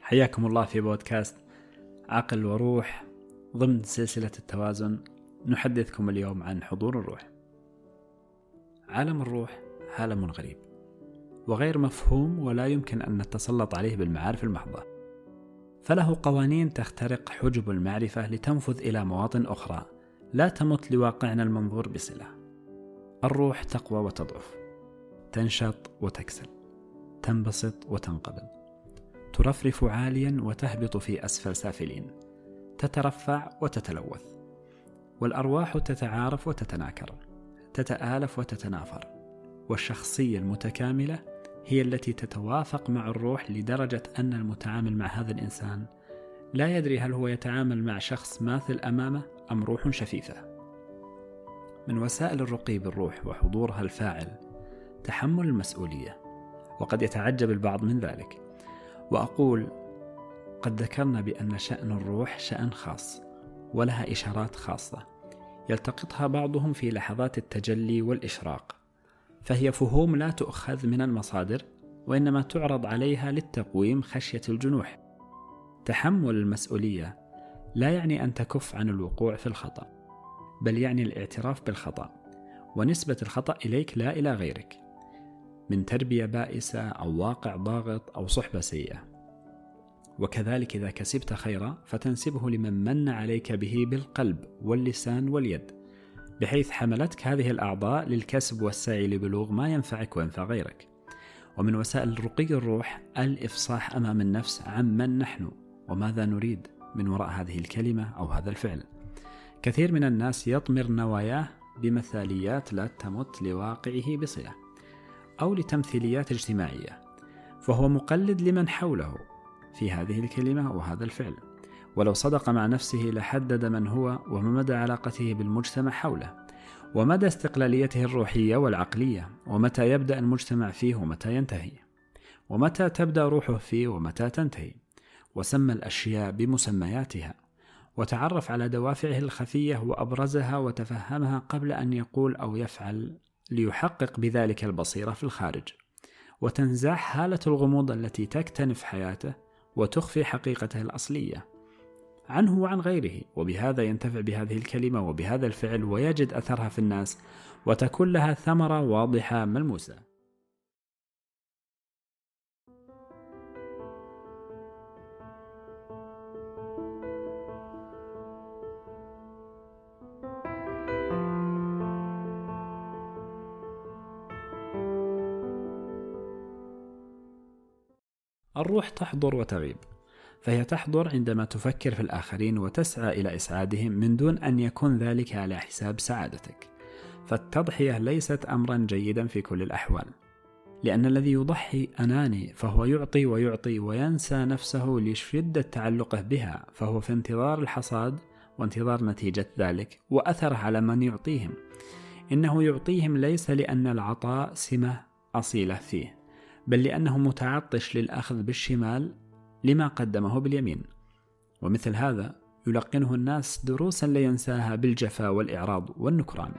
حياكم الله في بودكاست عقل وروح ضمن سلسلة التوازن. نحدثكم اليوم عن حضور الروح. عالم الروح عالم غريب وغير مفهوم، ولا يمكن أن نتسلط عليه بالمعارف المحضة، فله قوانين تخترق حجب المعرفة لتنفذ إلى مواطن أخرى لا تمت لواقعنا المنظور بصلة. الروح تقوى وتضعف، تنشط وتكسل، تنبسط وتنقبض، ترفرف عاليا وتهبط في أسفل سافلين، تترفع وتتلوث، والأرواح تتعارف وتتناكر، تتآلف وتتنافر. والشخصية المتكاملة هي التي تتوافق مع الروح لدرجة أن المتعامل مع هذا الإنسان لا يدري هل هو يتعامل مع شخص ماثل أمامه أم روح شفيفة. من وسائل الرقي بالروح وحضورها الفاعل تحمل المسؤولية، وقد يتعجب البعض من ذلك، وأقول قد ذكرنا بأن شأن الروح شأن خاص ولها إشارات خاصة يلتقطها بعضهم في لحظات التجلي والإشراق، فهي فهوم لا تؤخذ من المصادر وإنما تعرض عليها للتقويم خشية الجنوح. تحمل المسؤولية لا يعني أن تكف عن الوقوع في الخطأ، بل يعني الاعتراف بالخطأ ونسبة الخطأ إليك لا إلى غيرك، من تربية بائسة أو واقع ضاغط أو صحبة سيئة. وكذلك إذا كسبت خيرا فتنسبه لمن من عليك به بالقلب واللسان واليد، بحيث حملتك هذه الأعضاء للكسب والسعي لبلوغ ما ينفعك وينفع غيرك. ومن وسائل رقي الروح الإفصاح أمام النفس عن من نحن وماذا نريد من وراء هذه الكلمة أو هذا الفعل. كثير من الناس يطمر نواياه بمثاليات لا تمت لواقعه بصلة أو لتمثيليات اجتماعية، فهو مقلد لمن حوله في هذه الكلمة وهذا الفعل. ولو صدق مع نفسه لحدد من هو ومدى علاقته بالمجتمع حوله، ومدى استقلاليته الروحية والعقلية، ومتى يبدأ المجتمع فيه ومتى ينتهي، ومتى تبدأ روحه فيه ومتى تنتهي، وسمى الأشياء بمسمياتها، وتعرف على دوافعه الخفية وأبرزها وتفهمها قبل أن يقول أو يفعل، ليحقق بذلك البصيرة في الخارج، وتنزاح هالة الغموض التي تكتنف حياته وتخفي حقيقته الأصلية عنه وعن غيره، وبهذا ينتفع بهذه الكلمة وبهذا الفعل ويجد أثرها في الناس وتكون لها ثمرة واضحة ملموسة. الروح تحضر وتغيب، فهي تحضر عندما تفكر في الآخرين وتسعى إلى إسعادهم من دون أن يكون ذلك على حساب سعادتك. فالتضحية ليست أمرا جيدا في كل الأحوال، لأن الذي يضحي أناني، فهو يعطي ويعطي وينسى نفسه لشدة تعلقه بها، فهو في انتظار الحصاد وانتظار نتيجة ذلك وأثره على من يعطيهم. إنه يعطيهم ليس لأن العطاء سمة أصيلة فيه، بل لأنه متعطش للأخذ بالشمال لما قدمه باليمين. ومثل هذا يلقنه الناس دروسا لا ينساها بالجفا والإعراض والنكران،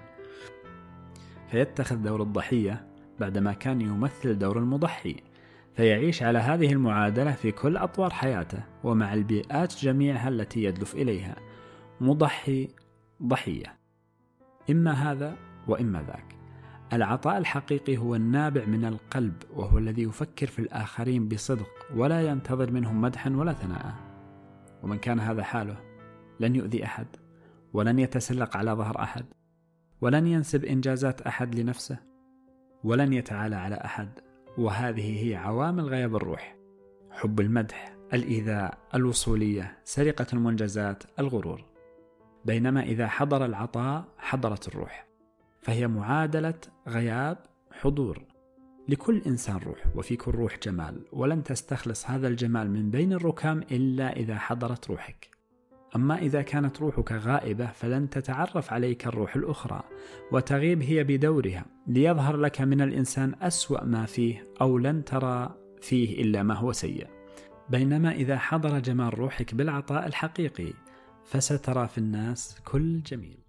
فيتخذ دور الضحية بعدما كان يمثل دور المضحي، فيعيش على هذه المعادلة في كل أطوار حياته ومع البيئات جميعها التي يدلف إليها، مضحي ضحية، إما هذا وإما ذاك. العطاء الحقيقي هو النابع من القلب، وهو الذي يفكر في الآخرين بصدق ولا ينتظر منهم مدحا ولا ثناء. ومن كان هذا حاله لن يؤذي أحد، ولن يتسلق على ظهر أحد، ولن ينسب إنجازات أحد لنفسه، ولن يتعالى على أحد. وهذه هي عوامل غياب الروح: حب المدح، الإيذاء، الوصولية، سرقة المنجزات، الغرور. بينما إذا حضر العطاء حضرت الروح، فهي معادلة غياب حضور. لكل إنسان روح، وفي كل روح جمال، ولن تستخلص هذا الجمال من بين الركام إلا إذا حضرت روحك. أما إذا كانت روحك غائبة فلن تتعرف عليك الروح الأخرى، وتغيب هي بدورها ليظهر لك من الإنسان أسوأ ما فيه، أو لن ترى فيه إلا ما هو سيء. بينما إذا حضر جمال روحك بالعطاء الحقيقي فسترى في الناس كل جميل.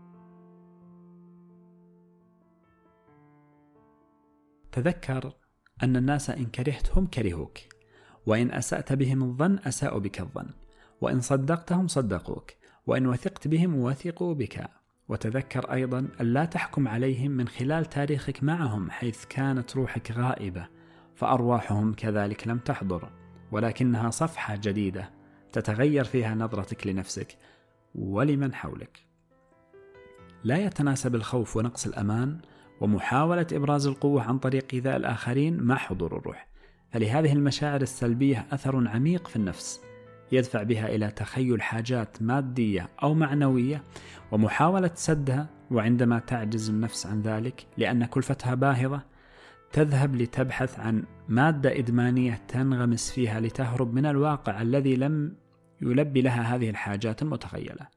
تذكر أن الناس إن كرهتهم كرهوك، وإن أسأت بهم الظن أساءوا بك الظن، وإن صدقتهم صدقوك، وإن وثقت بهم وثقوا بك. وتذكر أيضا أن لا تحكم عليهم من خلال تاريخك معهم، حيث كانت روحك غائبة، فأرواحهم كذلك لم تحضر، ولكنها صفحة جديدة تتغير فيها نظرتك لنفسك ولمن حولك. لا يتناسب الخوف ونقص الأمان ومحاولة إبراز القوة عن طريق إيذاء الآخرين مع حضور الروح، فلهذه المشاعر السلبية أثر عميق في النفس يدفع بها إلى تخيل حاجات مادية أو معنوية ومحاولة سدها، وعندما تعجز النفس عن ذلك لأن كلفتها باهظة تذهب لتبحث عن مادة إدمانية تنغمس فيها لتهرب من الواقع الذي لم يلبي لها هذه الحاجات المتخيلة.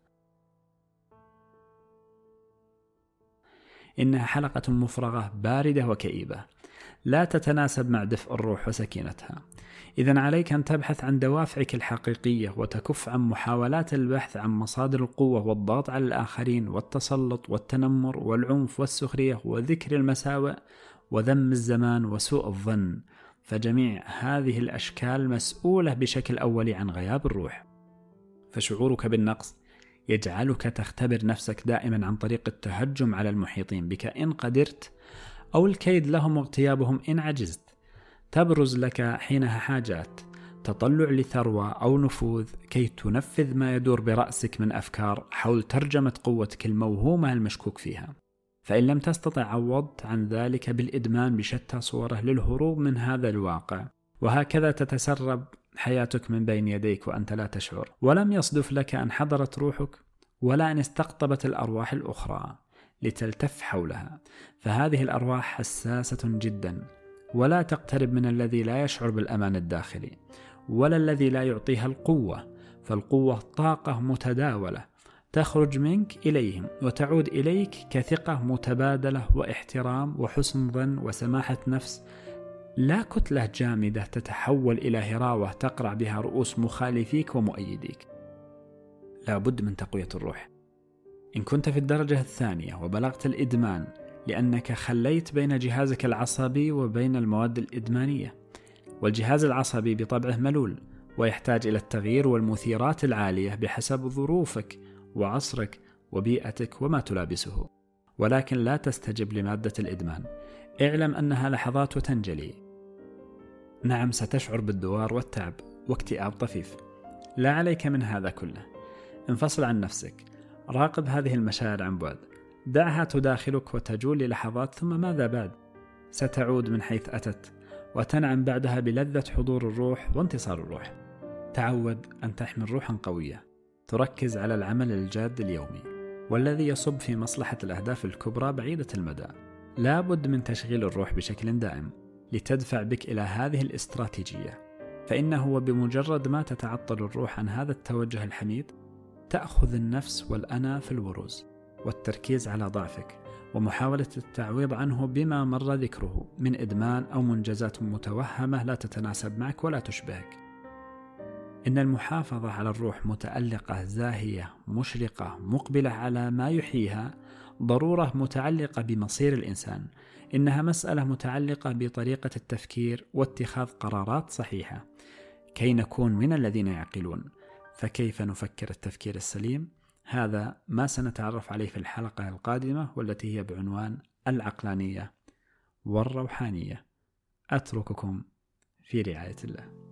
إنها حلقة مفرغة باردة وكئيبة لا تتناسب مع دفء الروح وسكينتها. إذن عليك أن تبحث عن دوافعك الحقيقية وتكف عن محاولات البحث عن مصادر القوة والضغط على الآخرين والتسلط والتنمر والعنف والسخرية وذكر المساوئ وذم الزمان وسوء الظن، فجميع هذه الأشكال مسؤولة بشكل أولي عن غياب الروح. فشعورك بالنقص يجعلك تختبر نفسك دائما عن طريق التهجم على المحيطين بك إن قدرت، أو الكيد لهم واغتيابهم إن عجزت. تبرز لك حينها حاجات تطلع لثروة أو نفوذ كي تنفذ ما يدور برأسك من أفكار حول ترجمة قوتك الموهومة المشكوك فيها. فإن لم تستطع عوضت عن ذلك بالإدمان بشتى صوره للهروب من هذا الواقع، وهكذا تتسرب حياتك من بين يديك وأنت لا تشعر، ولم يصدف لك أن حضرت روحك ولا أن استقطبت الأرواح الأخرى لتلتف حولها. فهذه الأرواح حساسة جدا، ولا تقترب من الذي لا يشعر بالأمان الداخلي ولا الذي لا يعطيها القوة، فالقوة طاقة متداولة تخرج منك إليهم وتعود إليك كثقة متبادلة واحترام وحسن ظن وسماحة نفس، لا كتلة جامدة تتحول إلى هراوة تقرع بها رؤوس مخالفيك ومؤيديك. لا بد من تقوية الروح. إن كنت في الدرجة الثانية وبلغت الإدمان لأنك خليت بين جهازك العصبي وبين المواد الإدمانية، والجهاز العصبي بطبعه ملول ويحتاج إلى التغيير والمثيرات العالية بحسب ظروفك وعصرك وبيئتك وما تلابسه، ولكن لا تستجب لمادة الإدمان. اعلم أنها لحظات وتنجلي. نعم، ستشعر بالدوار والتعب واكتئاب طفيف، لا عليك من هذا كله. انفصل عن نفسك، راقب هذه المشاعر عن بعد، دعها تداخلك وتجول للحظات، ثم ماذا بعد؟ ستعود من حيث أتت وتنعم بعدها بلذة حضور الروح وانتصار الروح. تعود أن تحمل روحا قوية تركز على العمل الجاد اليومي والذي يصب في مصلحة الأهداف الكبرى بعيدة المدى. لا بد من تشغيل الروح بشكل دائم لتدفع بك إلى هذه الاستراتيجية، فإنه بمجرد ما تتعطل الروح عن هذا التوجه الحميد تأخذ النفس والأنا في البروز والتركيز على ضعفك ومحاولة التعويض عنه بما مر ذكره من إدمان أو منجزات متوهمة لا تتناسب معك ولا تشبهك. إن المحافظة على الروح متألقة زاهية مشرقة مقبلة على ما يحييها ضرورة متعلقة بمصير الإنسان. إنها مسألة متعلقة بطريقة التفكير واتخاذ قرارات صحيحة كي نكون من الذين يعقلون. فكيف نفكر التفكير السليم؟ هذا ما سنتعرف عليه في الحلقة القادمة، والتي هي بعنوان العقلانية والروحانية. أترككم في رعاية الله.